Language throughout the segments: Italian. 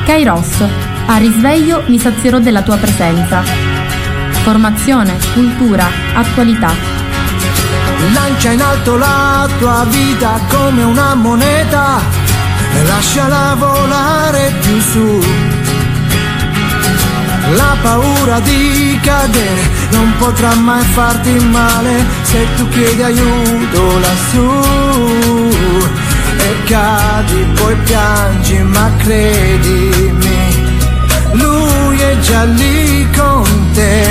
Kairos, a risveglio mi sazierò della tua presenza. Formazione, cultura, attualità. Lancia in alto la tua vita come una moneta e lasciala volare più su. La paura di cadere non potrà mai farti male se tu chiedi aiuto lassù. E cadi, poi piangi, ma credimi, lui è già lì con te.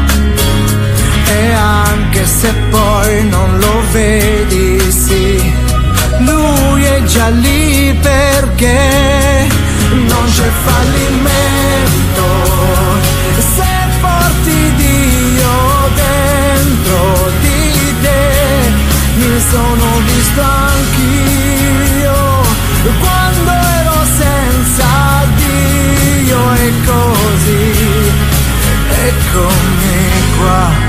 E anche se poi non lo vedi, sì, lui è già lì perché non c'è fallimento se porti Dio dentro di te. Mi sono visto anch'io quando ero senza Dio, e così eccomi qua.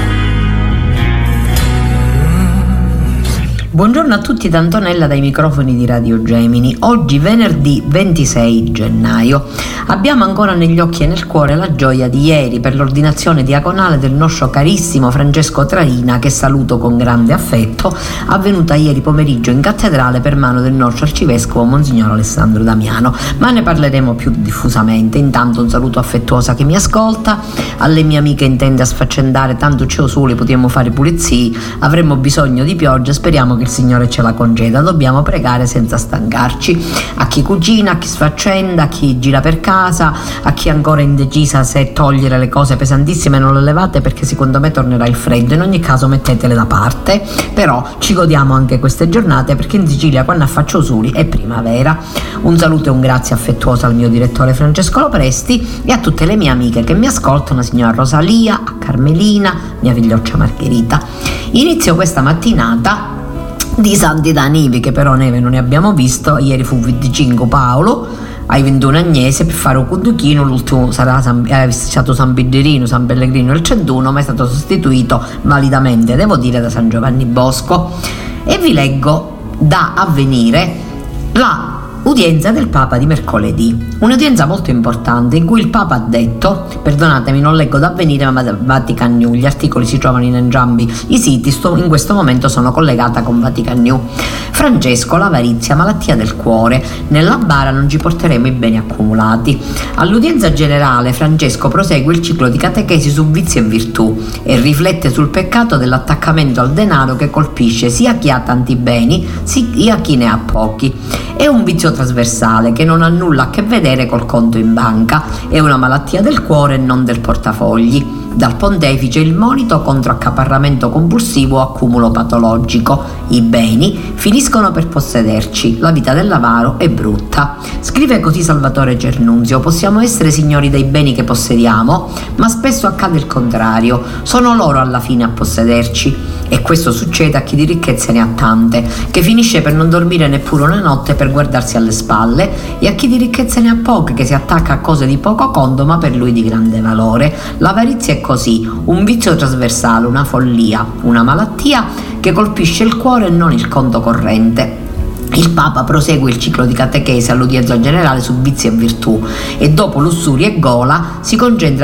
Buongiorno a tutti da Antonella dai microfoni di Radio Gemini. Oggi venerdì 26 gennaio. Abbiamo ancora negli occhi e nel cuore la gioia di ieri per l'ordinazione diaconale del nostro carissimo Francesco Traina, che saluto con grande affetto, avvenuta ieri pomeriggio in cattedrale per mano del nostro arcivescovo Monsignor Alessandro Damiano, ma ne parleremo più diffusamente. Intanto un saluto affettuoso a chi mi ascolta, alle mie amiche intende a sfaccendare, tanto c'è sole, potremmo fare pulizie, avremmo bisogno di pioggia, speriamo che il Signore ce la conceda, dobbiamo pregare senza stancarci. A chi cucina, a chi sfaccenda, a chi gira per casa, a chi è ancora indecisa se togliere le cose pesantissime, non le levate perché secondo me tornerà il freddo, in ogni caso mettetele da parte, però ci godiamo anche queste giornate perché in Sicilia quando affaccio soli è primavera. Un saluto e un grazie affettuoso al mio direttore Francesco Lopresti e a tutte le mie amiche che mi ascoltano, a signora Rosalia, a Carmelina, mia figlioccia Margherita. Inizio questa mattinata di Santi Danivi, che però neve non ne abbiamo visto. Ieri fu 25 Paolo ai 21 Agnese per fare un conduchino, l'ultimo sarà stato San Biderino, San Pellegrino il 31, ma è stato sostituito validamente, devo dire, da San Giovanni Bosco. E vi leggo da Avvenire la udienza del Papa di mercoledì, un'udienza molto importante in cui il Papa ha detto, perdonatemi non leggo da Avvenire ma da Vatican News, gli articoli si trovano in entrambi i siti, in questo momento sono collegata con Vatican News. Francesco, l'avarizia, malattia del cuore, nella bara non ci porteremo i beni accumulati. All'udienza generale Francesco prosegue il ciclo di catechesi su vizi e virtù e riflette sul peccato dell'attaccamento al denaro che colpisce sia chi ha tanti beni sia chi ne ha pochi. È un vizio trasversale che non ha nulla a che vedere col conto in banca, è una malattia del cuore e non del portafogli. Dal pontefice il monito contro accaparramento compulsivo o accumulo patologico. I beni finiscono per possederci, la vita dell'avaro è brutta. Scrive così Salvatore Cernunzio: possiamo essere signori dei beni che possediamo, ma spesso accade il contrario, sono loro alla fine a possederci. E questo succede a chi di ricchezze ne ha tante, che finisce per non dormire neppure una notte per guardarsi alle spalle, e a chi di ricchezze ne ha poche, che si attacca a cose di poco conto ma per lui di grande valore. L'avarizia è così, un vizio trasversale, una follia, una malattia che colpisce il cuore e non il conto corrente. Il Papa prosegue il ciclo di catechesi all'udienza generale su vizi e virtù e dopo lussuria e gola si è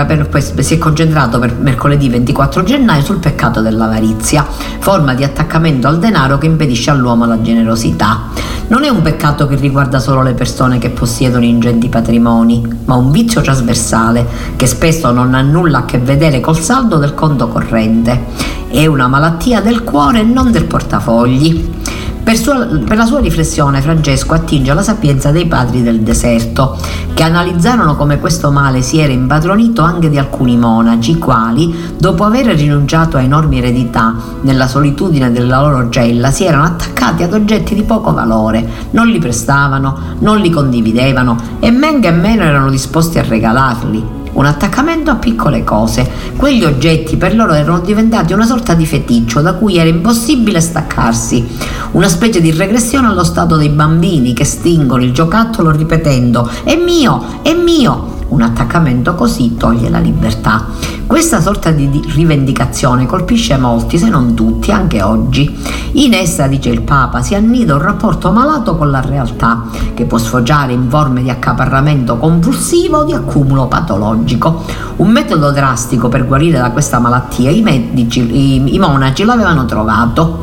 concentrato per mercoledì 24 gennaio sul peccato dell'avarizia, forma di attaccamento al denaro che impedisce all'uomo la generosità. Non è un peccato che riguarda solo le persone che possiedono ingenti patrimoni, ma un vizio trasversale che spesso non ha nulla a che vedere col saldo del conto corrente. È una malattia del cuore e non del portafogli. Per la sua riflessione Francesco attinge alla sapienza dei padri del deserto, che analizzarono come questo male si era impadronito anche di alcuni monaci, i quali, dopo aver rinunciato a enormi eredità nella solitudine della loro cella, si erano attaccati ad oggetti di poco valore, non li prestavano, non li condividevano e men che meno erano disposti a regalarli. Un attaccamento a piccole cose. Quegli oggetti per loro erano diventati una sorta di feticcio da cui era impossibile staccarsi, una specie di regressione allo stato dei bambini che stingono il giocattolo ripetendo «è mio, è mio». Un attaccamento così toglie la libertà. Questa sorta di rivendicazione colpisce molti, se non tutti, anche oggi. In essa, dice il Papa, si annida un rapporto malato con la realtà, che può sfociare in forme di accaparramento compulsivo o di accumulo patologico. Un metodo drastico per guarire da questa malattia i monaci l'avevano trovato: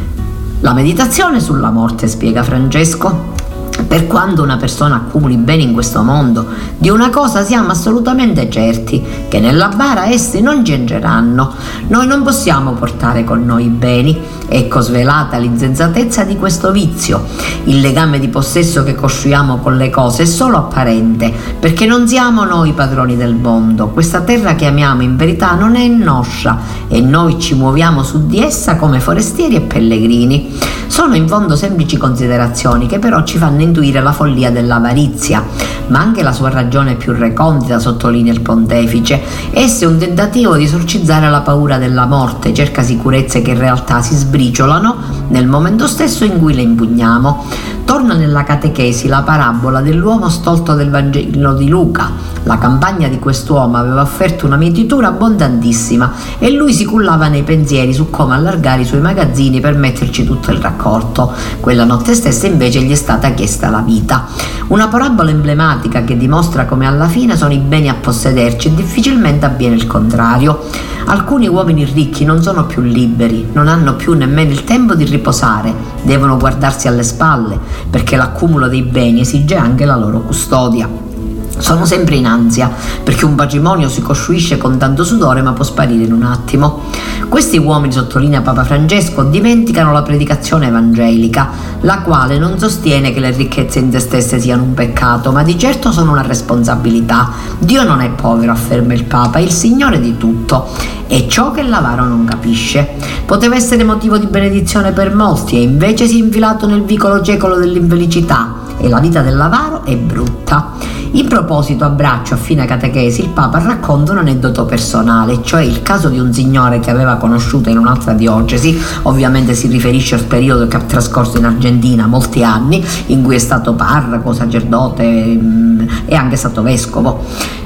la meditazione sulla morte, spiega Francesco. Per quando una persona accumuli bene in questo mondo, di una cosa siamo assolutamente certi, che nella bara essi non giungeranno. Noi non possiamo portare con noi i beni. Ecco svelata l'insensatezza di questo vizio. Il legame di possesso che costruiamo con le cose è solo apparente, perché non siamo noi padroni del mondo. Questa terra che amiamo in verità non è nostra e noi ci muoviamo su di essa come forestieri e pellegrini. Sono in fondo semplici considerazioni che però ci fanno intuire la follia dell'avarizia, ma anche la sua ragione più recondita, sottolinea il pontefice. Esso è un tentativo di esorcizzare la paura della morte, cerca sicurezze che in realtà si sbriciolano nel momento stesso in cui le impugniamo. Torna nella catechesi la parabola dell'uomo stolto del Vangelo di Luca. La campagna di quest'uomo aveva offerto una mietitura abbondantissima e lui si cullava nei pensieri su come allargare i suoi magazzini per metterci tutto il raccolto. Quella notte stessa invece gli è stata chiesta la vita. Una parabola emblematica che dimostra come alla fine sono i beni a possederci e difficilmente avviene il contrario. Alcuni uomini ricchi non sono più liberi, non hanno più nemmeno il tempo di riposare, devono guardarsi alle spalle, perché l'accumulo dei beni esige anche la loro custodia. Sono sempre in ansia, perché un patrimonio si costruisce con tanto sudore ma può sparire in un attimo. Questi uomini, sottolinea Papa Francesco, dimenticano la predicazione evangelica, la quale non sostiene che le ricchezze in se stesse siano un peccato, ma di certo sono una responsabilità. Dio non è povero, afferma il Papa, è il Signore di tutto. È ciò che l'avaro non capisce. Poteva essere motivo di benedizione per molti e invece si è infilato nel vicolo cieco dell'infelicità. E la vita dell'avaro è brutta. In proposito, a braccio a fine catechesi, il Papa racconta un aneddoto personale, cioè il caso di un signore che aveva conosciuto in un'altra diocesi. Ovviamente si riferisce al periodo che ha trascorso in Argentina, molti anni, in cui è stato parroco, sacerdote e anche stato vescovo.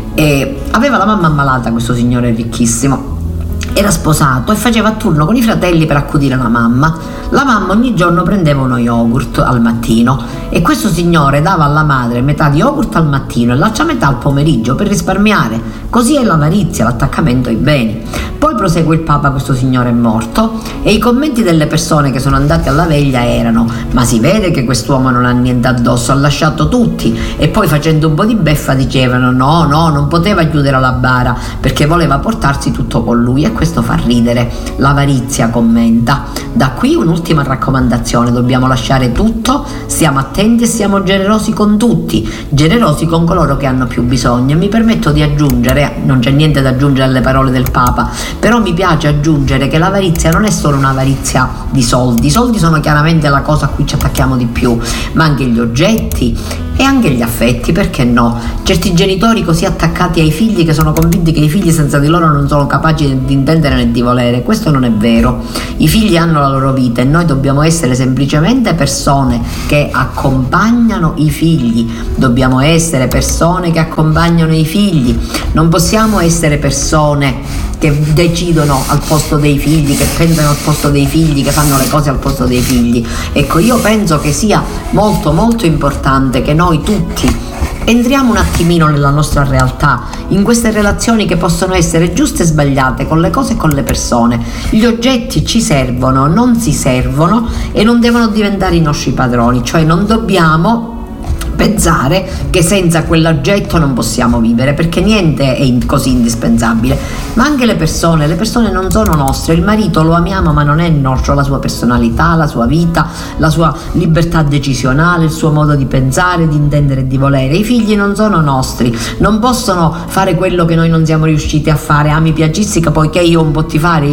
E aveva la mamma ammalata, questo signore ricchissimo. Era sposato e faceva a turno con i fratelli per accudire la mamma. La mamma ogni giorno prendeva uno yogurt al mattino e questo signore dava alla madre metà di yogurt al mattino e l'altra metà al pomeriggio per risparmiare. Così è l'avarizia, l'attaccamento ai beni. Poi prosegue il Papa, questo signore è morto e i commenti delle persone che sono andate alla veglia erano: ma si vede che quest'uomo non ha niente addosso, ha lasciato tutti. E poi, facendo un po' di beffa, dicevano no, non poteva chiudere la bara perché voleva portarsi tutto con lui. E questo fa ridere. L'avarizia, commenta. Da qui un'ultima raccomandazione: dobbiamo lasciare tutto, stiamo attenti e siamo generosi con tutti, generosi con coloro che hanno più bisogno. E mi permetto di aggiungere, non c'è niente da aggiungere alle parole del Papa, però mi piace aggiungere che l'avarizia non è solo un'avarizia di soldi. I soldi sono chiaramente la cosa a cui ci attacchiamo di più, ma anche gli oggetti e anche gli affetti, perché no? Certi genitori così attaccati ai figli che sono convinti che i figli senza di loro non sono capaci di intendere né di volere. Questo non è vero. I figli hanno la loro vita e noi dobbiamo essere semplicemente persone che accompagnano i figli. Dobbiamo essere persone che accompagnano i figli. Non possiamo essere persone che decidono al posto dei figli, che pensano al posto dei figli, che fanno le cose al posto dei figli. Ecco, io penso che sia molto molto importante che noi tutti entriamo un attimino nella nostra realtà, in queste relazioni che possono essere giuste e sbagliate con le cose e con le persone. Gli oggetti ci servono, non si servono e non devono diventare i nostri padroni, cioè non dobbiamo pensare che senza quell'oggetto non possiamo vivere, perché niente è così indispensabile. Ma anche le persone non sono nostre. Il marito lo amiamo ma non è nostro, la sua personalità, la sua vita, la sua libertà decisionale, il suo modo di pensare, di intendere e di volere. I figli non sono nostri, non possono fare quello che noi non siamo riusciti a fare. Mi piacissi che poiché io un po' ti fare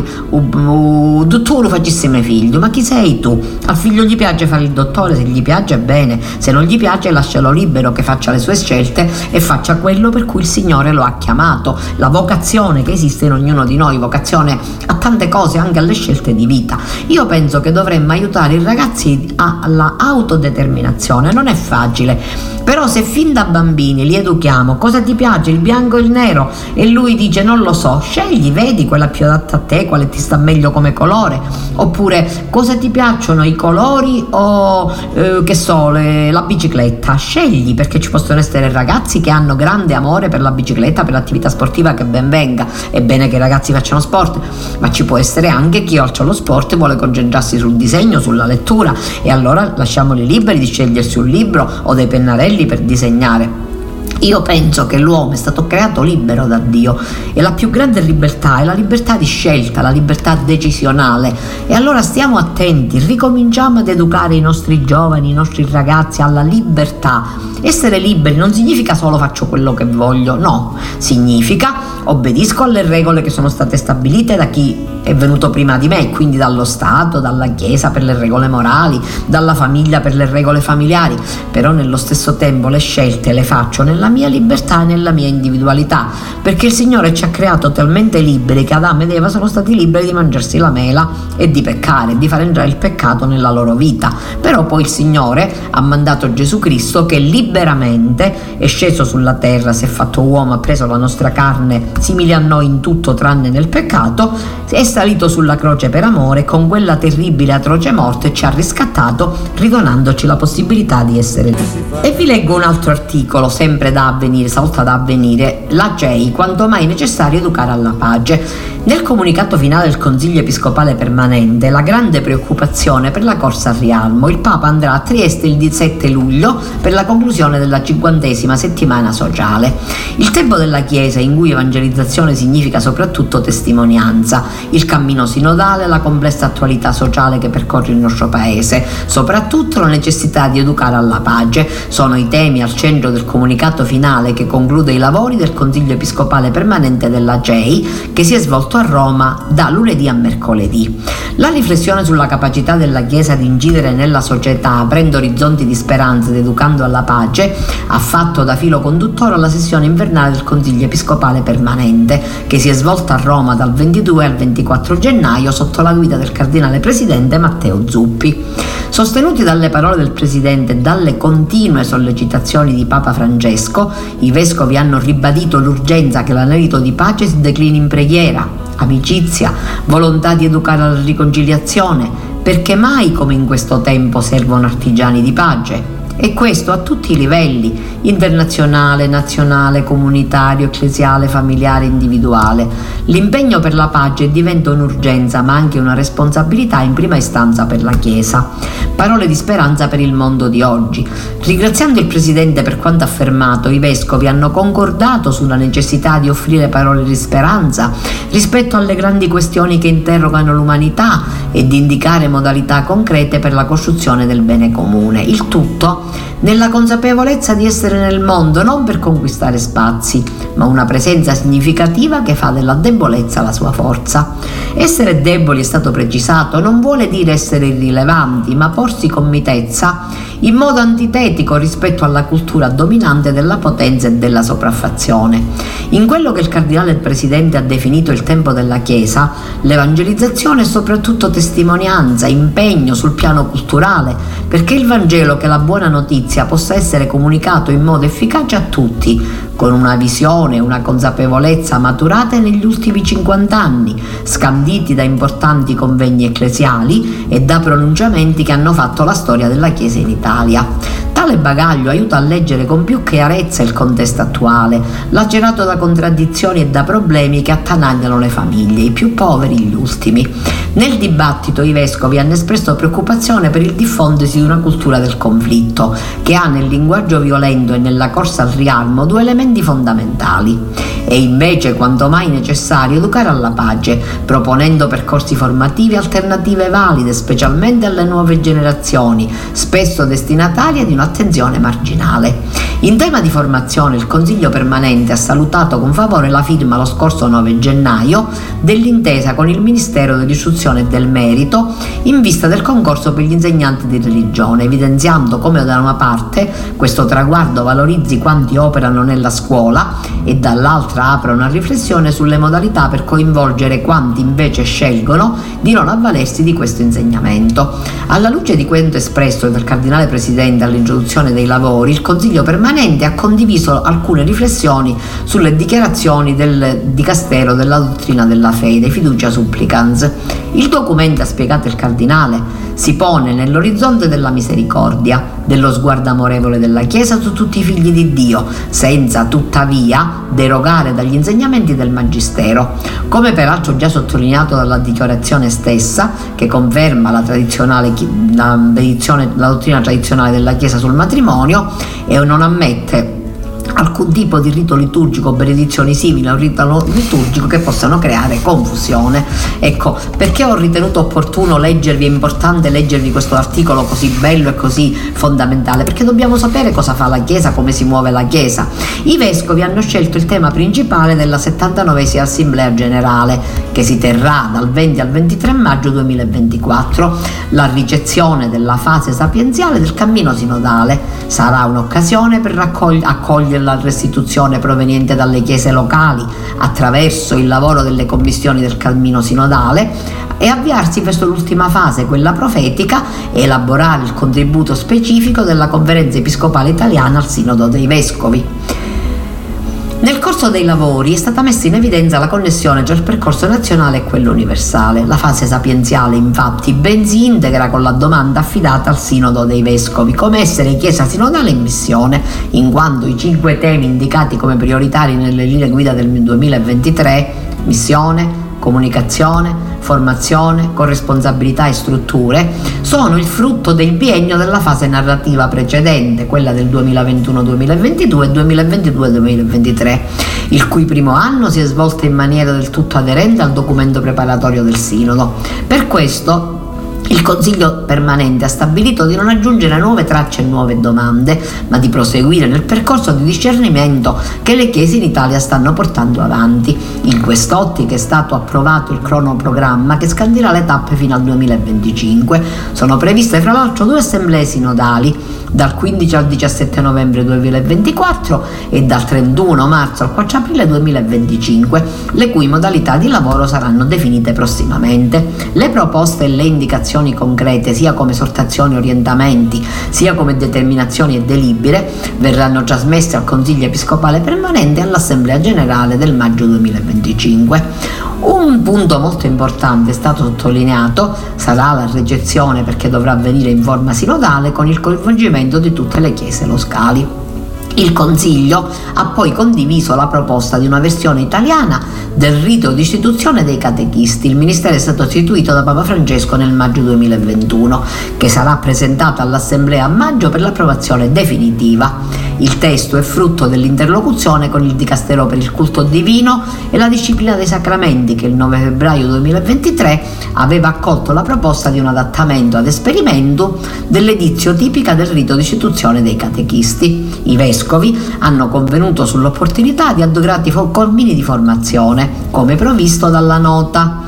tu lo facessi ai figli. Ma chi sei tu? Al figlio gli piace fare il dottore, se gli piace bene, se non gli piace lascialo libero, che faccia le sue scelte e faccia quello per cui il Signore lo ha chiamato. La vocazione che esiste in ognuno di noi, vocazione a tante cose, anche alle scelte di vita. Io penso che dovremmo aiutare i ragazzi alla autodeterminazione. Non è facile, Però se fin da bambini li educhiamo, cosa ti piace, il bianco o il nero, e lui dice non lo so, scegli, vedi quella più adatta a te, quale ti sta meglio come colore, oppure cosa ti piacciono, i colori o che so, la bicicletta, scegli, perché ci possono essere ragazzi che hanno grande amore per la bicicletta, per l'attività sportiva, che ben venga, è bene che i ragazzi facciano sport, ma ci può essere anche chi oltre allo sport vuole concentrarsi sul disegno, sulla lettura, e allora lasciamoli liberi di scegliersi un libro o dei pennarelli per disegnare. Io penso che l'uomo è stato creato libero da Dio e la più grande libertà è la libertà di scelta, la libertà decisionale, e allora stiamo attenti, ricominciamo ad educare i nostri giovani, i nostri ragazzi alla libertà. Essere liberi non significa solo faccio quello che voglio, no, significa obbedisco alle regole che sono state stabilite da chi è venuto prima di me, quindi dallo Stato, dalla Chiesa per le regole morali, dalla famiglia per le regole familiari, però nello stesso tempo le scelte le faccio nella mia libertà e nella mia individualità, perché il Signore ci ha creato talmente liberi che Adamo ed Eva sono stati liberi di mangiarsi la mela e di peccare, di far entrare il peccato nella loro vita. Però poi il Signore ha mandato Gesù Cristo, che liberamente è sceso sulla terra, si è fatto uomo, ha preso la nostra carne simile a noi in tutto tranne nel peccato, è salito sulla croce per amore, con quella terribile atroce morte ci ha riscattato, ridonandoci la possibilità di essere liberi. E vi leggo un altro articolo, sempre da Avvenire, stavolta da Avvenire, la GEI, quanto mai necessario educare alla pace. Nel comunicato finale del Consiglio Episcopale Permanente, la grande preoccupazione per la corsa al rialmo. Il Papa andrà a Trieste il 17 luglio per la conclusione della 50ª settimana sociale. Il tempo della Chiesa, in cui evangelizzazione significa soprattutto testimonianza, il cammino sinodale, la complessa attualità sociale che percorre il nostro paese, soprattutto la necessità di educare alla pace, sono i temi al centro del comunicato finale che conclude i lavori del Consiglio Episcopale Permanente della GEI, che si è svolto a Roma da lunedì a mercoledì. La riflessione sulla capacità della Chiesa di incidere nella società, aprendo orizzonti di speranza ed educando alla pace, ha fatto da filo conduttore alla sessione invernale del Consiglio Episcopale Permanente, che si è svolta a Roma dal 22 al 24 gennaio sotto la guida del Cardinale Presidente Matteo Zuppi. Sostenuti dalle parole del Presidente e dalle continue sollecitazioni di Papa Francesco, i vescovi hanno ribadito l'urgenza che l'anelito di pace si declini in preghiera, amicizia, volontà di educare alla riconciliazione, perché mai come in questo tempo servono artigiani di pace. E questo a tutti i livelli, internazionale, nazionale, comunitario, ecclesiale, familiare, individuale. L'impegno per la pace diventa un'urgenza, ma anche una responsabilità in prima istanza per la Chiesa. Parole di speranza per il mondo di oggi. Ringraziando il Presidente per quanto affermato, i vescovi hanno concordato sulla necessità di offrire parole di speranza rispetto alle grandi questioni che interrogano l'umanità e di indicare modalità concrete per la costruzione del bene comune. Il tutto nella consapevolezza di essere nel mondo non per conquistare spazi, ma una presenza significativa che fa della debolezza la sua forza. Essere deboli, è stato precisato, non vuole dire essere irrilevanti, ma porsi con mitezza in modo antitetico rispetto alla cultura dominante della potenza e della sopraffazione. In quello che il Cardinale Presidente ha definito il tempo della Chiesa, l'evangelizzazione è soprattutto testimonianza, impegno sul piano culturale, perché il Vangelo, che è la buona notizia, possa essere comunicato in modo efficace a tutti, con una visione e una consapevolezza maturate negli ultimi 50 anni, scanditi da importanti convegni ecclesiali e da pronunciamenti che hanno fatto la storia della Chiesa in Italia. Tale bagaglio aiuta a leggere con più chiarezza il contesto attuale, lacerato da contraddizioni e da problemi che attanagliano le famiglie, i più poveri, gli ultimi. Nel dibattito i vescovi hanno espresso preoccupazione per il diffondersi di una cultura del conflitto, che ha nel linguaggio violento e nella corsa al riarmo due elementi fondamentali. È invece quanto mai necessario educare alla pace, proponendo percorsi formativi e alternative valide, specialmente alle nuove generazioni, spesso destinatarie di un'attenzione marginale. In tema di formazione, il Consiglio Permanente ha salutato con favore la firma lo scorso 9 gennaio dell'intesa con il Ministero dell'Istruzione e del Merito in vista del concorso per gli insegnanti di religione, evidenziando come da una parte questo traguardo valorizzi quanti operano nella scuola e dall'altra dall'altra apre una riflessione sulle modalità per coinvolgere quanti invece scelgono di non avvalersi di questo insegnamento. Alla luce di quanto espresso dal Cardinale Presidente all'introduzione dei lavori, il Consiglio Permanente ha condiviso alcune riflessioni sulle dichiarazioni del Dicastero della Dottrina della Fede, Fiducia Supplicans. Il documento, ha spiegato il Cardinale, si pone nell'orizzonte della misericordia, dello sguardo amorevole della Chiesa su tutti i figli di Dio, senza tuttavia derogare dagli insegnamenti del Magistero, come peraltro già sottolineato dalla dichiarazione stessa, che conferma la dottrina tradizionale della Chiesa sul matrimonio e non ammette alcun tipo di rito liturgico o benedizioni simili a un rito liturgico che possano creare confusione. Ecco perché ho ritenuto opportuno leggervi, è importante leggervi questo articolo così bello e così fondamentale, perché dobbiamo sapere cosa fa la Chiesa, come si muove la Chiesa. I vescovi hanno scelto il tema principale della 79esima Assemblea Generale, che si terrà dal 20 al 23 maggio 2024, la ricezione della fase sapienziale del cammino sinodale. Sarà un'occasione per accogliere la restituzione proveniente dalle chiese locali attraverso il lavoro delle commissioni del cammino sinodale e avviarsi verso l'ultima fase, quella profetica, e elaborare il contributo specifico della Conferenza Episcopale Italiana al Sinodo dei Vescovi. Nel corso dei lavori è stata messa in evidenza la connessione tra il percorso nazionale e quello universale. La fase sapienziale, infatti, ben si integra con la domanda affidata al Sinodo dei Vescovi: come essere Chiesa sinodale in missione, in quanto i 5 temi indicati come prioritari nelle linee guida del 2023, missione, comunicazione, formazione, corresponsabilità e strutture, sono il frutto del biennio della fase narrativa precedente, quella del 2021-2022 e 2022-2023, il cui primo anno si è svolto in maniera del tutto aderente al documento preparatorio del Sinodo. Per questo il Consiglio Permanente ha stabilito di non aggiungere nuove tracce e nuove domande, ma di proseguire nel percorso di discernimento che le Chiese in Italia stanno portando avanti. In quest'ottica è stato approvato il cronoprogramma che scandirà le tappe fino al 2025. Sono previste fra l'altro 2 assemblee sinodali, dal 15 al 17 novembre 2024 e dal 31 marzo al 4 aprile 2025, le cui modalità di lavoro saranno definite prossimamente. Le proposte e le indicazioni concrete, sia come esortazioni e orientamenti, sia come determinazioni e delibere, verranno trasmesse al Consiglio Episcopale Permanente e all'Assemblea Generale del maggio 2025. Un punto molto importante è stato sottolineato: sarà la ricezione, perché dovrà avvenire in forma sinodale con il coinvolgimento di tutte le chiese locali. Il Consiglio ha poi condiviso la proposta di una versione italiana del rito di istituzione dei catechisti. Il Ministero è stato istituito da Papa Francesco nel maggio 2021, che sarà presentato all'Assemblea a maggio per l'approvazione definitiva. Il testo è frutto dell'interlocuzione con il Dicastero per il culto divino e la disciplina dei sacramenti, che il 9 febbraio 2023 aveva accolto la proposta di un adattamento ad esperimento dell'edizio tipica del rito di istituzione dei catechisti. I vescovi hanno convenuto sull'opportunità di adeguati cammini di formazione, come previsto dalla nota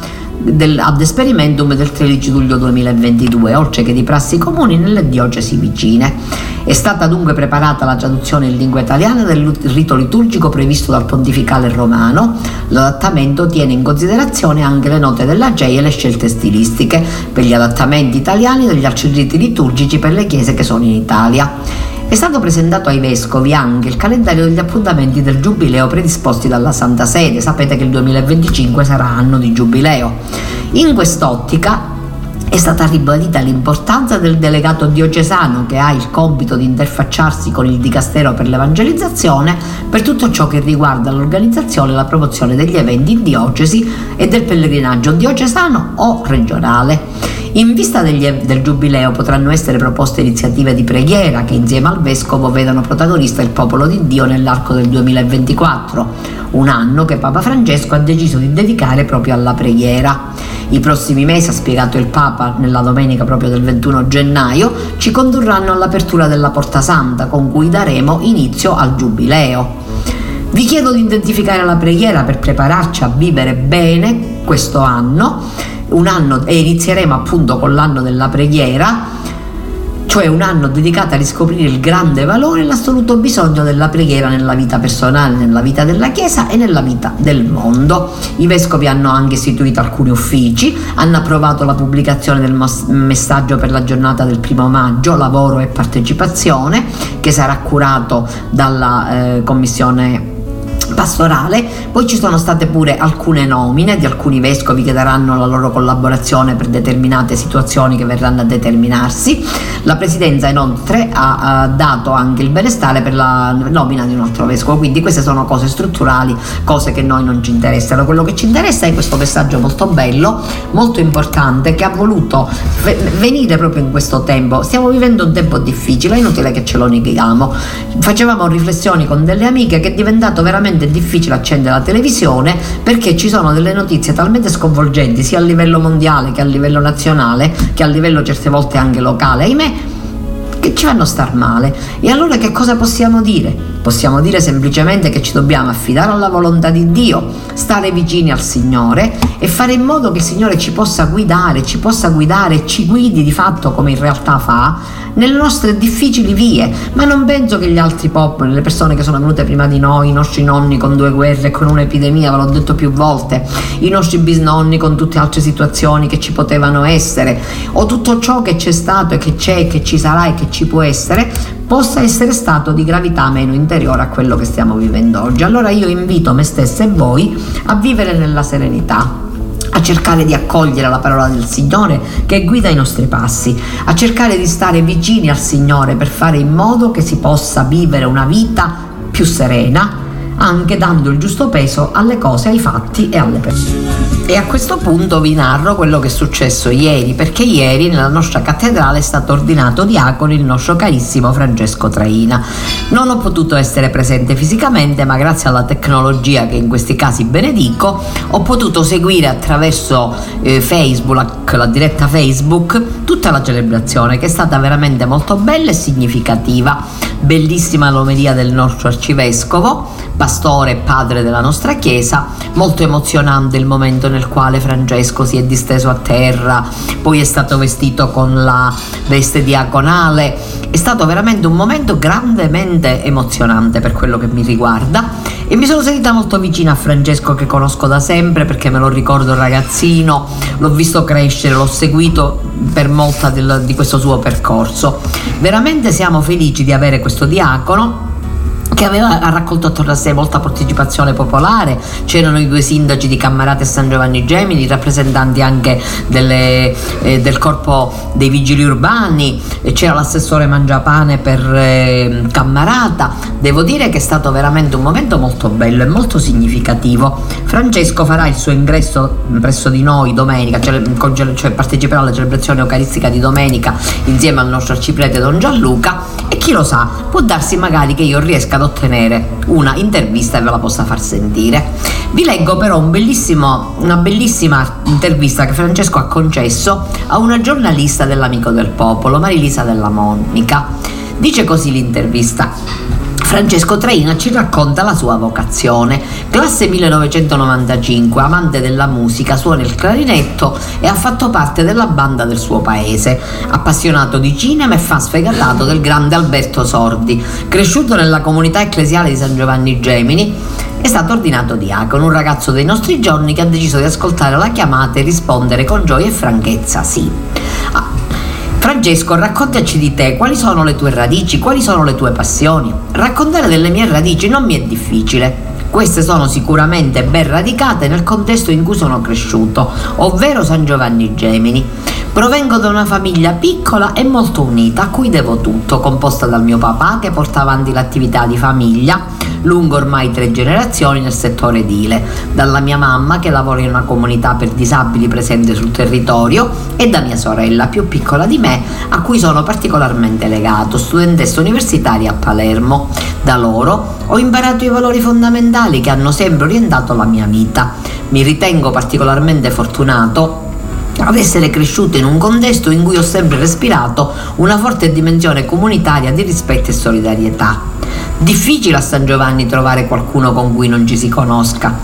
ad esperimentum del 13 luglio 2022, oltre che di prassi comuni nelle diocesi vicine. È stata dunque preparata la traduzione in lingua italiana del rito liturgico previsto dal Pontificale Romano. L'adattamento tiene in considerazione anche le note della GEI e le scelte stilistiche per gli adattamenti italiani degli altri riti liturgici per le chiese che sono in Italia. È stato presentato ai vescovi anche il calendario degli appuntamenti del Giubileo predisposti dalla Santa Sede. Sapete che il 2025 sarà anno di Giubileo. In quest'ottica è stata ribadita l'importanza del delegato diocesano, che ha il compito di interfacciarsi con il Dicastero per l'evangelizzazione per tutto ciò che riguarda l'organizzazione e la promozione degli eventi in diocesi e del pellegrinaggio diocesano o regionale. In vista del Giubileo potranno essere proposte iniziative di preghiera che insieme al Vescovo vedano protagonista il popolo di Dio nell'arco del 2024, un anno che Papa Francesco ha deciso di dedicare proprio alla preghiera. I prossimi mesi, ha spiegato il Papa nella domenica proprio del 21 gennaio, ci condurranno all'apertura della Porta Santa, con cui daremo inizio al Giubileo. Vi chiedo di identificare la preghiera per prepararci a vivere bene questo anno, e inizieremo appunto con l'anno della preghiera, cioè un anno dedicato a riscoprire il grande valore e l'assoluto bisogno della preghiera nella vita personale, nella vita della Chiesa e nella vita del mondo. I vescovi hanno anche istituito alcuni uffici, hanno approvato la pubblicazione del messaggio per la giornata del 1° maggio, lavoro e partecipazione, che sarà curato dalla commissione pastorale. Poi ci sono state pure alcune nomine di alcuni vescovi che daranno la loro collaborazione per determinate situazioni che verranno a determinarsi. La presidenza inoltre ha dato anche il benestare per la nomina di un altro vescovo, quindi queste sono cose strutturali, cose che noi non ci interessano. Quello che ci interessa è questo messaggio molto bello, molto importante, che ha voluto venire proprio in questo tempo. Stiamo vivendo un tempo difficile, è inutile che ce lo neghiamo. Facevamo riflessioni con delle amiche che è diventato veramente difficile accendere la televisione, perché ci sono delle notizie talmente sconvolgenti sia a livello mondiale che a livello nazionale, che a livello certe volte anche locale, ahimè, che ci fanno star male. E allora che cosa possiamo dire? Possiamo dire semplicemente che ci dobbiamo affidare alla volontà di Dio, stare vicini al Signore e fare in modo che il Signore ci possa guidare e ci guidi di fatto, come in realtà fa, nelle nostre difficili vie. Ma non penso che gli altri popoli, le persone che sono venute prima di noi, i nostri nonni con 2 guerre e con un'epidemia, ve l'ho detto più volte, i nostri bisnonni con tutte altre situazioni che ci potevano essere, o tutto ciò che c'è stato e che c'è, che ci sarà e che ci può essere, possa essere stato di gravità meno interiore a quello che stiamo vivendo oggi. Allora io invito me stessa e voi a vivere nella serenità, a cercare di accogliere la parola del Signore che guida i nostri passi, a cercare di stare vicini al Signore per fare in modo che si possa vivere una vita più serena, anche dando il giusto peso alle cose, ai fatti e alle persone. E a questo punto vi narro quello che è successo ieri, perché ieri nella nostra cattedrale è stato ordinato diacono il nostro carissimo Francesco Traina. Non ho potuto essere presente fisicamente, ma grazie alla tecnologia, che in questi casi benedico, ho potuto seguire attraverso Facebook, la diretta Facebook, tutta la celebrazione, che è stata veramente molto bella e significativa. Bellissima l'omelia del nostro arcivescovo, pastore e padre della nostra Chiesa, molto emozionante il momento nel quale Francesco si è disteso a terra, poi è stato vestito con la veste diaconale. È stato veramente un momento grandemente emozionante per quello che mi riguarda, e mi sono sentita molto vicina a Francesco, che conosco da sempre perché me lo ricordo ragazzino, l'ho visto crescere, l'ho seguito per molta di questo suo percorso. Veramente siamo felici di avere questo diacono che ha raccolto attorno a sé molta partecipazione popolare. C'erano i 2 sindaci di Cammarata e San Giovanni Gemini, rappresentanti anche del corpo dei vigili urbani, c'era l'assessore Mangiapane per Cammarata. Devo dire che è stato veramente un momento molto bello e molto significativo. Francesco farà il suo ingresso presso di noi domenica, cioè parteciperà alla celebrazione eucaristica di domenica insieme al nostro arciprete Don Gianluca, e chi lo sa, può darsi magari che io riesca ad ottenere una intervista e ve la possa far sentire. Vi leggo però una bellissima intervista che Francesco ha concesso a una giornalista dell'Amico del Popolo, Marilisa Della Monica. Dice così l'intervista: Francesco Traina ci racconta la sua vocazione. Classe 1995, amante della musica, suona il clarinetto e ha fatto parte della banda del suo paese. Appassionato di cinema e fan sfegatato del grande Alberto Sordi. Cresciuto nella comunità ecclesiale di San Giovanni Gemini, è stato ordinato diacono, un ragazzo dei nostri giorni che ha deciso di ascoltare la chiamata e rispondere con gioia e franchezza sì. Francesco, raccontaci di te, quali sono le tue radici, quali sono le tue passioni? Raccontare delle mie radici non mi è difficile. Queste sono sicuramente ben radicate nel contesto in cui sono cresciuto, ovvero San Giovanni Gemini. Provengo da una famiglia piccola e molto unita, a cui devo tutto, composta dal mio papà che porta avanti l'attività di famiglia lungo ormai 3 generazioni nel settore edile, dalla mia mamma che lavora in una comunità per disabili presente sul territorio e da mia sorella più piccola di me, a cui sono particolarmente legato, studentessa universitaria a Palermo. Da loro ho imparato i valori fondamentali che hanno sempre orientato la mia vita. Mi ritengo particolarmente fortunato ad essere cresciuto in un contesto in cui ho sempre respirato una forte dimensione comunitaria di rispetto e solidarietà. Difficile a San Giovanni trovare qualcuno con cui non ci si conosca.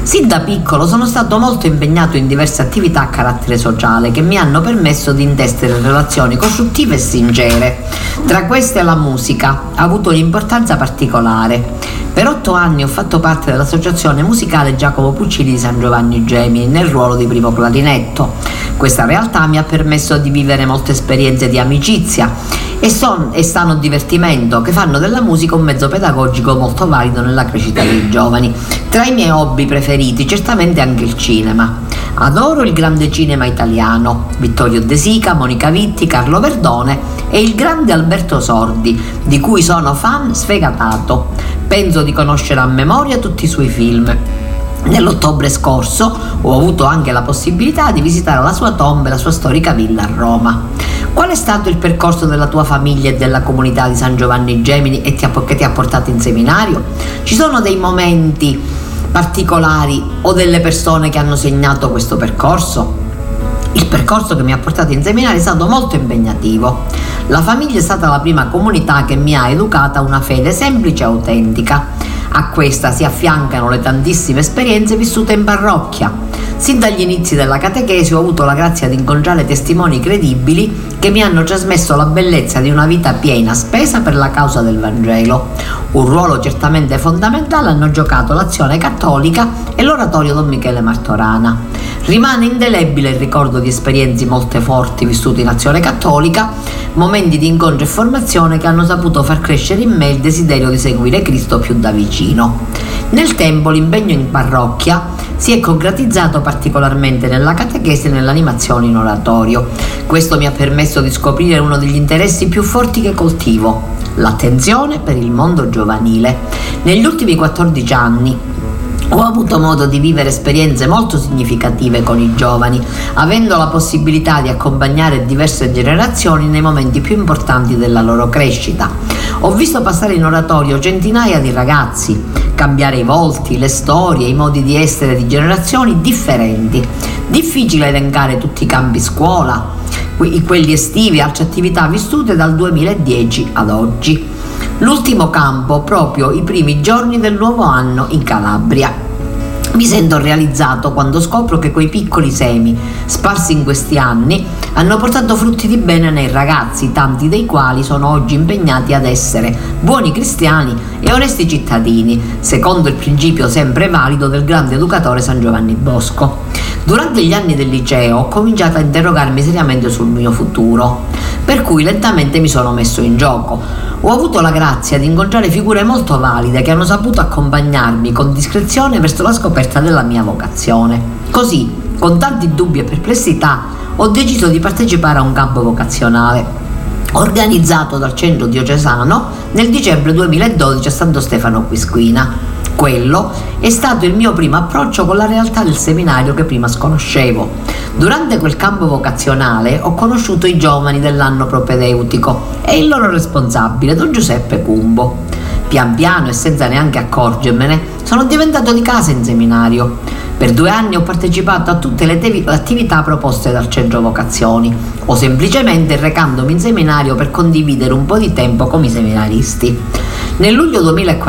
Sin da piccolo sono stato molto impegnato in diverse attività a carattere sociale che mi hanno permesso di intestere relazioni costruttive e sincere. Tra queste la musica ha avuto un'importanza particolare. Per 8 anni ho fatto parte dell'associazione musicale Giacomo Puccini di San Giovanni Gemini nel ruolo di primo clarinetto. Questa realtà mi ha permesso di vivere molte esperienze di amicizia e sano divertimento che fanno della musica un mezzo pedagogico molto valido nella crescita dei giovani. Tra i miei hobby preferiti certamente anche il cinema. Adoro il grande cinema italiano, Vittorio De Sica, Monica Vitti, Carlo Verdone e il grande Alberto Sordi, di cui sono fan sfegatato. Penso di conoscere a memoria tutti i suoi film. Nell'ottobre scorso ho avuto anche la possibilità di visitare la sua tomba e la sua storica villa a Roma. Qual è stato il percorso della tua famiglia e della comunità di San Giovanni Gemini che ti ha portato in seminario? Ci sono dei momenti particolari o delle persone che hanno segnato questo percorso? Il percorso che mi ha portato in seminario è stato molto impegnativo. La famiglia è stata la prima comunità che mi ha educata a una fede semplice e autentica. A questa si affiancano le tantissime esperienze vissute in parrocchia. Sin dagli inizi della catechesi ho avuto la grazia di incontrare testimoni credibili che mi hanno trasmesso la bellezza di una vita piena spesa per la causa del Vangelo. Un ruolo certamente fondamentale hanno giocato l'Azione Cattolica e l'Oratorio Don Michele Martorana. Rimane indelebile il ricordo di esperienze molto forti vissute in Azione Cattolica, momenti di incontro e formazione che hanno saputo far crescere in me il desiderio di seguire Cristo più da vicino. Nel tempo l'impegno in parrocchia si è concretizzato particolarmente nella catechesi e nell'animazione in oratorio. Questo mi ha permesso di scoprire uno degli interessi più forti che coltivo, l'attenzione per il mondo giovanile. Negli ultimi 14 anni ho avuto modo di vivere esperienze molto significative con i giovani, avendo la possibilità di accompagnare diverse generazioni nei momenti più importanti della loro crescita. Ho visto passare in oratorio centinaia di ragazzi, cambiare i volti, le storie, i modi di essere di generazioni differenti. Difficile elencare tutti i cambi scuola, quelli estivi e altre attività vissute dal 2010 ad oggi. L'ultimo campo proprio i primi giorni del nuovo anno in Calabria. Mi sento realizzato quando scopro che quei piccoli semi sparsi in questi anni hanno portato frutti di bene nei ragazzi, tanti dei quali sono oggi impegnati ad essere buoni cristiani e onesti cittadini, secondo il principio sempre valido del grande educatore San Giovanni Bosco. Durante gli anni del liceo ho cominciato a interrogarmi seriamente sul mio futuro, per cui lentamente mi sono messo in gioco. Ho avuto la grazia di incontrare figure molto valide che hanno saputo accompagnarmi con discrezione verso la scoperta della mia vocazione. Così, con tanti dubbi e perplessità, ho deciso di partecipare a un campo vocazionale organizzato dal centro diocesano nel dicembre 2012 a Santo Stefano Quisquina. Quello è stato il mio primo approccio con la realtà del seminario che prima sconoscevo. Durante quel campo vocazionale ho conosciuto i giovani dell'anno propedeutico e il loro responsabile, Don Giuseppe Cumbo. Pian piano e senza neanche accorgermene, sono diventato di casa in seminario. Per 2 anni ho partecipato a tutte le attività proposte dal centro vocazioni o semplicemente recandomi in seminario per condividere un po' di tempo con i seminaristi. Nel luglio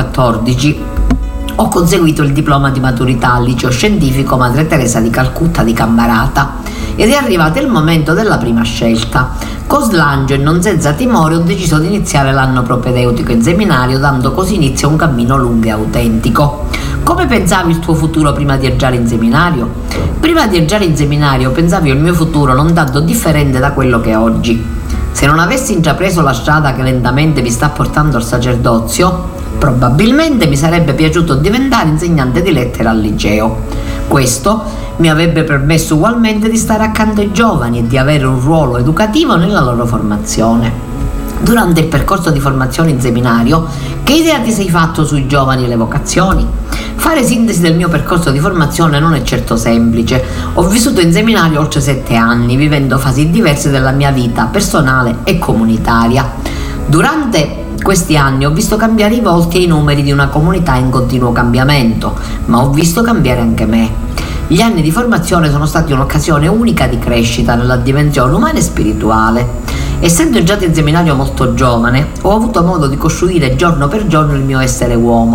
2014 ho conseguito il diploma di maturità al liceo scientifico Madre Teresa di Calcutta di Cammarata ed è arrivato il momento della prima scelta. Con slancio e non senza timore ho deciso di iniziare l'anno propedeutico in seminario, dando così inizio a un cammino lungo e autentico. Come pensavi il tuo futuro prima di entrare in seminario? Prima di entrare in seminario pensavo il mio futuro non tanto differente da quello che è oggi. Se non avessi intrapreso la strada che lentamente mi sta portando al sacerdozio, probabilmente mi sarebbe piaciuto diventare insegnante di lettere al liceo. Questo mi avrebbe permesso ugualmente di stare accanto ai giovani e di avere un ruolo educativo nella loro formazione. Durante il percorso di formazione in seminario, che idea ti sei fatto sui giovani e le vocazioni? Fare sintesi del mio percorso di formazione non è certo semplice. Ho vissuto in seminario oltre 7 anni, vivendo fasi diverse della mia vita personale e comunitaria. Durante questi anni ho visto cambiare i volti e i numeri di una comunità in continuo cambiamento, ma ho visto cambiare anche me. Gli anni di formazione sono stati un'occasione unica di crescita nella dimensione umana e spirituale. Essendo entrato in seminario molto giovane, ho avuto modo di costruire giorno per giorno il mio essere uomo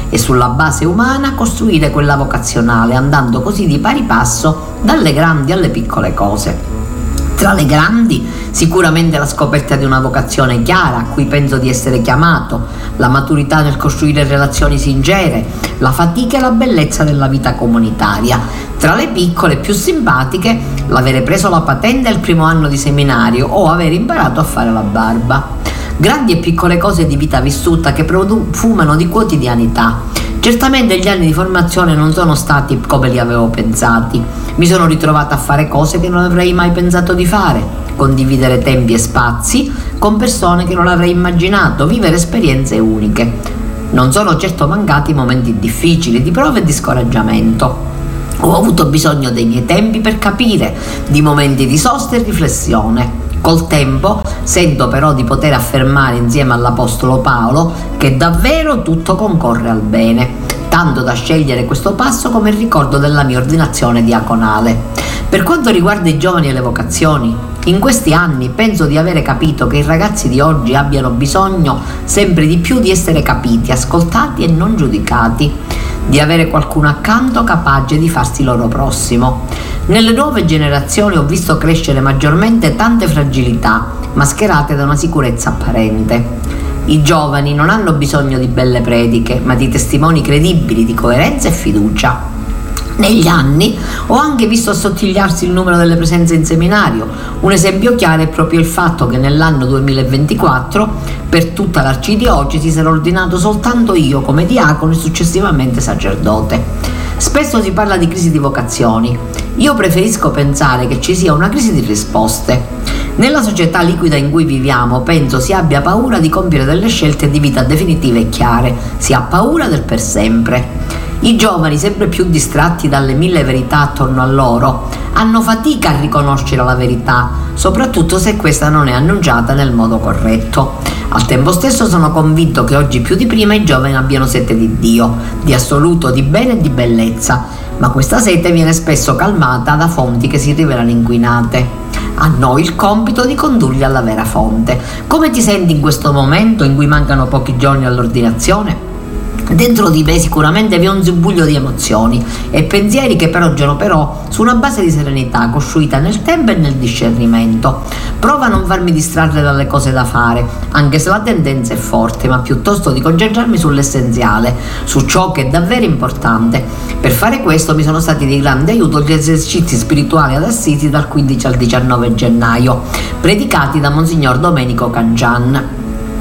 e sulla base umana costruire quella vocazionale, andando così di pari passo dalle grandi alle piccole cose. Tra le grandi, sicuramente la scoperta di una vocazione chiara a cui penso di essere chiamato, la maturità nel costruire relazioni sincere, la fatica e la bellezza della vita comunitaria. Tra le piccole più simpatiche, l'avere preso la patente al primo anno di seminario o aver imparato a fare la barba. Grandi e piccole cose di vita vissuta che profumano di quotidianità. Certamente gli anni di formazione non sono stati come li avevo pensati. Mi sono ritrovata a fare cose che non avrei mai pensato di fare, condividere tempi e spazi con persone che non avrei immaginato, vivere esperienze uniche. Non sono certo mancati momenti difficili, di prova e di scoraggiamento. Ho avuto bisogno dei miei tempi per capire, di momenti di sosta e riflessione. Col tempo sento però di poter affermare insieme all'Apostolo Paolo che davvero tutto concorre al bene, tanto da scegliere questo passo come ricordo della mia ordinazione diaconale. Per quanto riguarda i giovani e le vocazioni, in questi anni penso di avere capito che i ragazzi di oggi abbiano bisogno sempre di più di essere capiti, ascoltati e non giudicati, di avere qualcuno accanto capace di farsi loro prossimo. Nelle nuove generazioni ho visto crescere maggiormente tante fragilità, mascherate da una sicurezza apparente. I giovani non hanno bisogno di belle prediche, ma di testimoni credibili di coerenza e fiducia. Negli anni ho anche visto assottigliarsi il numero delle presenze in seminario. Un esempio chiaro è proprio il fatto che nell'anno 2024 per tutta l'arcidiocesi sarò ordinato soltanto io come diacono e successivamente sacerdote. Spesso si parla di crisi di vocazioni. Io preferisco pensare che ci sia una crisi di risposte. Nella società liquida in cui viviamo penso si abbia paura di compiere delle scelte di vita definitive e chiare, si ha paura del per sempre. I giovani, sempre più distratti dalle mille verità attorno a loro, hanno fatica a riconoscere la verità, soprattutto se questa non è annunciata nel modo corretto. Al tempo stesso sono convinto che oggi più di prima i giovani abbiano sete di Dio, di assoluto, di bene e di bellezza, ma questa sete viene spesso calmata da fonti che si rivelano inquinate. A noi il compito di condurli alla vera fonte. Come ti senti in questo momento in cui mancano pochi giorni all'ordinazione? Dentro di me sicuramente vi è un zubuglio di emozioni e pensieri che poggiano però su una base di serenità costruita nel tempo e nel discernimento. Prova a non farmi distrarre dalle cose da fare, anche se la tendenza è forte, ma piuttosto di concentrarmi sull'essenziale, su ciò che è davvero importante. Per fare questo mi sono stati di grande aiuto gli esercizi spirituali ad Assisi dal 15 al 19 gennaio, predicati da Monsignor Domenico Cangian.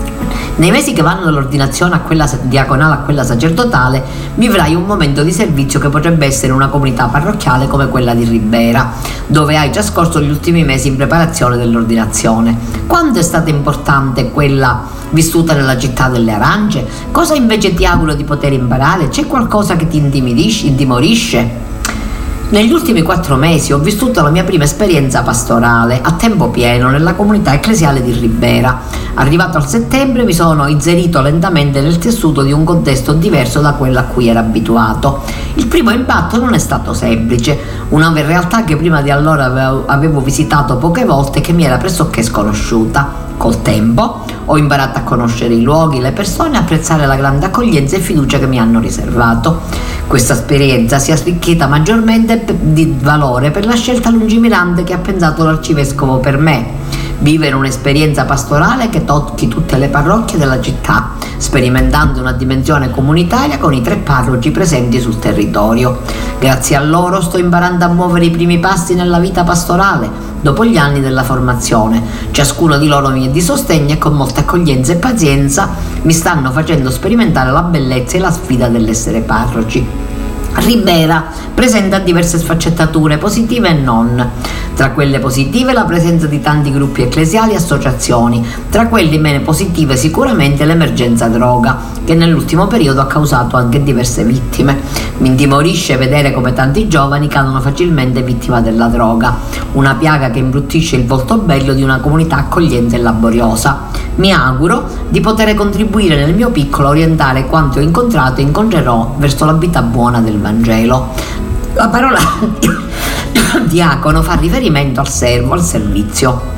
Nei mesi che vanno dall'ordinazione a quella diaconale a quella sacerdotale vivrai un momento di servizio che potrebbe essere una comunità parrocchiale come quella di Ribera, dove hai trascorso gli ultimi mesi in preparazione dell'ordinazione. Quanto è stata importante quella vissuta nella città delle arance? Cosa invece ti auguro di poter imparare? C'è qualcosa che ti intimorisce? Negli ultimi 4 mesi ho vissuto la mia prima esperienza pastorale a tempo pieno nella comunità ecclesiale di Ribera. Arrivato al settembre mi sono inserito lentamente nel tessuto di un contesto diverso da quello a cui ero abituato. Il primo impatto non è stato semplice, una realtà che prima di allora avevo visitato poche volte e che mi era pressoché sconosciuta. Col tempo ho imparato a conoscere i luoghi, le persone e apprezzare la grande accoglienza e fiducia che mi hanno riservato. Questa esperienza si è arricchita maggiormente di valore per la scelta lungimirante che ha pensato l'arcivescovo per me: vivere un'esperienza pastorale che tocchi tutte le parrocchie della città, sperimentando una dimensione comunitaria con i 3 parroci presenti sul territorio. Grazie a loro sto imparando a muovere i primi passi nella vita pastorale dopo gli anni della formazione. Ciascuno di loro mi è di sostegno e con molta accoglienza e pazienza mi stanno facendo sperimentare la bellezza e la sfida dell'essere parroci. Ribera presenta diverse sfaccettature, positive e non. Tra quelle positive la presenza di tanti gruppi ecclesiali e associazioni, tra quelle meno positive sicuramente l'emergenza droga, che nell'ultimo periodo ha causato anche diverse vittime. Mi intimorisce vedere come tanti giovani cadono facilmente vittima della droga, una piaga che imbruttisce il volto bello di una comunità accogliente e laboriosa. Mi auguro di poter contribuire nel mio piccolo a orientare quanto ho incontrato e incontrerò verso la vita buona del Vangelo. La parola diacono fa riferimento al servo, al servizio.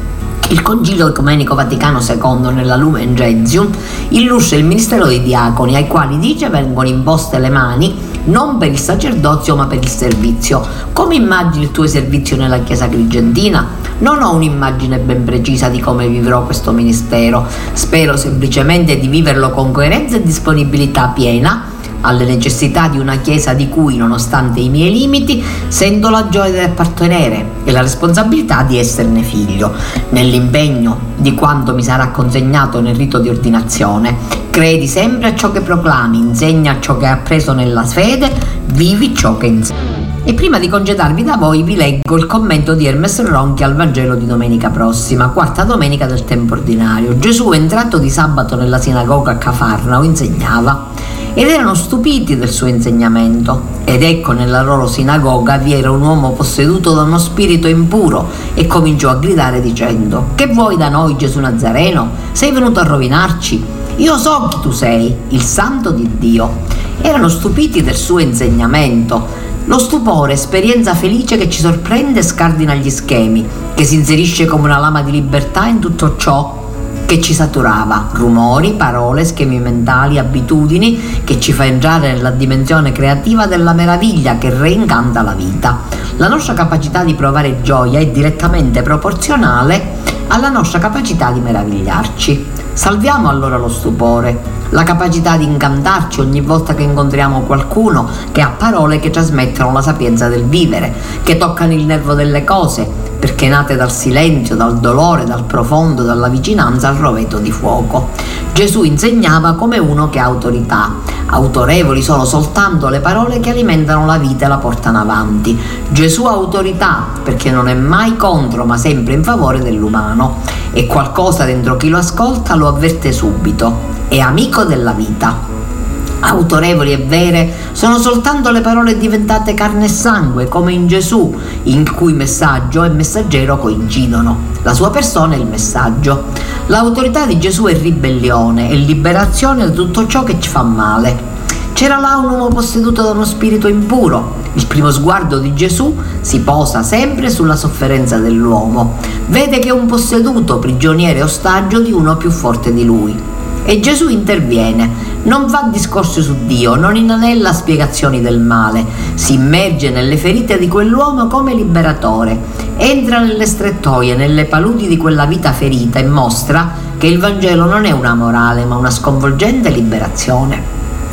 Il Concilio Ecumenico Vaticano II, nella Lumen Gentium, illustra il ministero dei diaconi, ai quali dice vengono imposte le mani non per il sacerdozio ma per il servizio. Come immagini il tuo servizio nella Chiesa Agrigentina? Non ho un'immagine ben precisa di come vivrò questo ministero, spero semplicemente di viverlo con coerenza e disponibilità piena alle necessità di una Chiesa di cui, nonostante i miei limiti, sento la gioia di appartenere e la responsabilità di esserne figlio. Nell'impegno di quanto mi sarà consegnato nel rito di ordinazione, credi sempre a ciò che proclami, insegna ciò che hai appreso nella fede, vivi ciò che insegni. E prima di congedarvi da voi vi leggo il commento di Hermes Ronchi al Vangelo di domenica prossima, quarta domenica del tempo ordinario. Gesù, entrato di sabato nella sinagoga a Cafarnao, insegnava ed erano stupiti del suo insegnamento. Ed ecco, nella loro sinagoga vi era un uomo posseduto da uno spirito impuro e cominciò a gridare dicendo: che vuoi da noi, Gesù Nazareno? Sei venuto a rovinarci? Io so chi tu sei, il Santo di Dio. Erano stupiti del suo insegnamento. Lo stupore, esperienza felice che ci sorprende e scardina gli schemi, che si inserisce come una lama di libertà in tutto ciò che ci saturava, rumori, parole, schemi mentali, abitudini, che ci fa entrare nella dimensione creativa della meraviglia che reincanta la vita. La nostra capacità di provare gioia è direttamente proporzionale alla nostra capacità di meravigliarci. Salviamo allora lo stupore, la capacità di incantarci ogni volta che incontriamo qualcuno che ha parole che trasmettono la sapienza del vivere, che toccano il nervo delle cose, perché nate dal silenzio, dal dolore, dal profondo, dalla vicinanza al roveto di fuoco. Gesù insegnava come uno che ha autorità. Autorevoli sono soltanto le parole che alimentano la vita e la portano avanti. Gesù ha autorità perché non è mai contro ma sempre in favore dell'umano, e qualcosa dentro chi lo ascolta lo avverte subito. È amico della vita. Autorevoli e vere sono soltanto le parole diventate carne e sangue, come in Gesù, in cui messaggio e messaggero coincidono. La sua persona è il messaggio. L'autorità di Gesù è ribellione, è liberazione da tutto ciò che ci fa male. C'era là un uomo posseduto da uno spirito impuro. Il primo sguardo di Gesù si posa sempre sulla sofferenza dell'uomo. Vede che è un posseduto, prigioniero e ostaggio di uno più forte di lui. E Gesù interviene, non fa discorsi su Dio, non inanella spiegazioni del male, si immerge nelle ferite di quell'uomo come liberatore, entra nelle strettoie, nelle paludi di quella vita ferita e mostra che il Vangelo non è una morale ma una sconvolgente liberazione.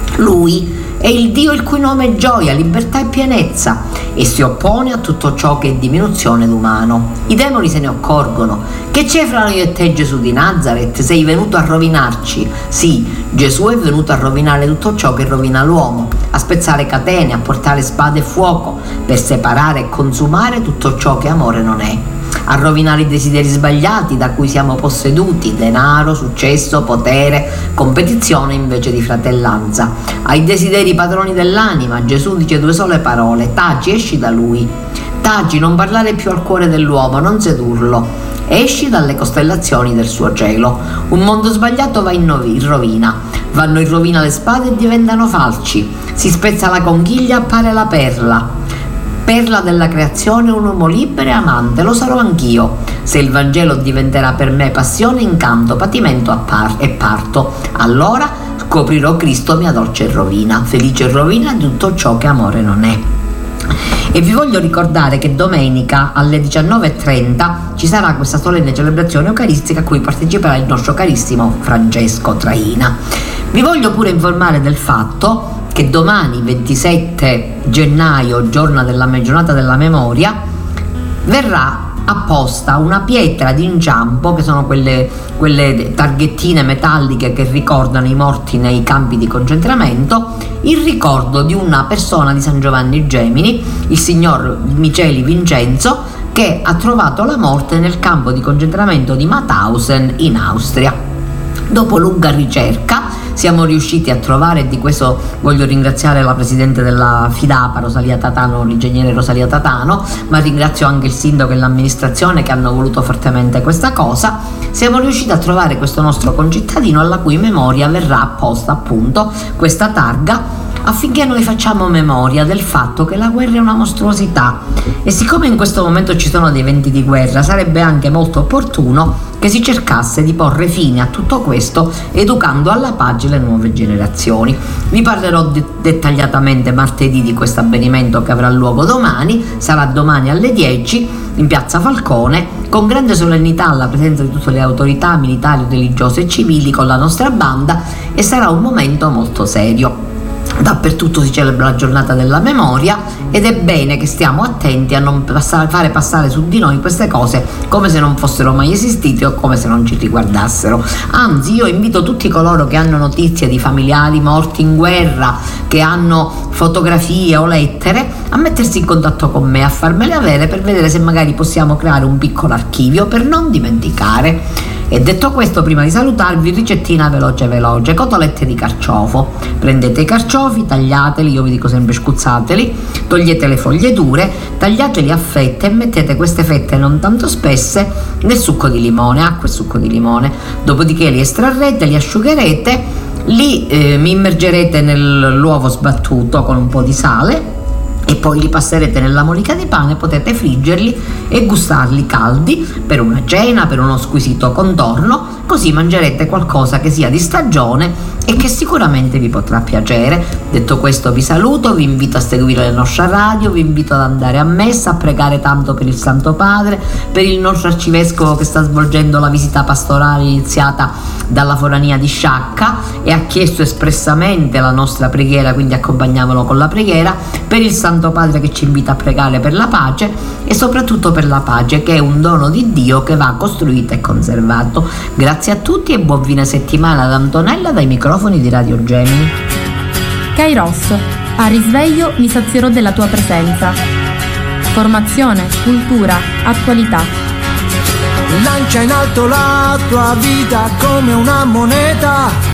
Lui è il Dio il cui nome è gioia, libertà e pienezza, e si oppone a tutto ciò che è diminuzione d'umano. I demoni se ne accorgono. Che c'è fra noi e te, Gesù di Nazaret? Sei venuto a rovinarci. Sì, Gesù è venuto a rovinare tutto ciò che rovina l'uomo, a spezzare catene, a portare spade e fuoco, per separare e consumare tutto ciò che amore non è, a rovinare i desideri sbagliati da cui siamo posseduti, denaro, successo, potere, competizione invece di fratellanza. Ai desideri padroni dell'anima Gesù dice due sole parole: taci, esci da lui. Taci, non parlare più al cuore dell'uomo, non sedurlo. Esci dalle costellazioni del suo cielo. Un mondo sbagliato va in rovina. Vanno in rovina le spade e diventano falci. Si spezza la conchiglia, appare la perla. Perla della creazione, un uomo libero e amante, lo sarò anch'io. Se il Vangelo diventerà per me passione, incanto, patimento e parto, allora scoprirò Cristo mia dolce rovina, felice rovina di tutto ciò che amore non è. E vi voglio ricordare che domenica alle 19:30 ci sarà questa solenne celebrazione eucaristica a cui parteciperà il nostro carissimo Francesco Traina. Vi voglio pure informare del fatto che domani, 27 gennaio, giorno della giornata della memoria, verrà apposta una pietra d'inciampo, che sono quelle targhettine metalliche che ricordano i morti nei campi di concentramento, in ricordo di una persona di San Giovanni Gemini, il signor Miceli Vincenzo, che ha trovato la morte nel campo di concentramento di Mauthausen in Austria. Dopo lunga ricerca siamo riusciti a trovare, e di questo voglio ringraziare la presidente della FIDAPA Rosalia Tatano, l'ingegnere Rosalia Tatano, ma ringrazio anche il sindaco e l'amministrazione che hanno voluto fortemente questa cosa. Siamo riusciti a trovare questo nostro concittadino alla cui memoria verrà apposta appunto questa targa affinché noi facciamo memoria del fatto che la guerra è una mostruosità, e siccome in questo momento ci sono dei venti di guerra, sarebbe anche molto opportuno che si cercasse di porre fine a tutto questo educando alla pace le nuove generazioni. Vi parlerò dettagliatamente martedì di questo avvenimento che avrà luogo domani, sarà domani alle 10 in piazza Falcone, con grande solennità alla presenza di tutte le autorità militari, religiose e civili con la nostra banda, e sarà un momento molto serio. Dappertutto si celebra la giornata della memoria ed è bene che stiamo attenti a non fare passare su di noi queste cose come se non fossero mai esistite o come se non ci riguardassero. Anzi, io invito tutti coloro che hanno notizie di familiari morti in guerra, che hanno fotografie o lettere, a mettersi in contatto con me, a farmele avere, per vedere se magari possiamo creare un piccolo archivio per non dimenticare. E detto questo, prima di salutarvi, ricettina veloce: cotolette di carciofo. Prendete i carciofi, tagliateli, io vi dico sempre scuzzateli, togliete le foglie dure, tagliateli a fette e mettete queste fette non tanto spesse nel succo di limone, acqua e succo di limone. Dopodiché li estrarrete, li asciugherete, li immergerete nell'uovo sbattuto con un po' di sale e poi li passerete nella molica di pane. Potete friggerli e gustarli caldi per una cena, per uno squisito contorno, così mangerete qualcosa che sia di stagione e che sicuramente vi potrà piacere. Detto questo, vi saluto, vi invito a seguire la nostra radio, vi invito ad andare a messa, a pregare tanto per il Santo Padre, per il nostro arcivescovo che sta svolgendo la visita pastorale iniziata dalla forania di Sciacca e ha chiesto espressamente la nostra preghiera, quindi accompagniamolo con la preghiera, per il Santo Padre che ci invita a pregare per la pace e soprattutto per la pace, che è un dono di Dio che va costruito e conservato. Grazie a tutti e buon fine settimana da Antonella dai microfoni di Radio Gemini. Kairos, a risveglio mi sazierò della tua presenza. Formazione, cultura, attualità. Lancia in alto la tua vita come una moneta.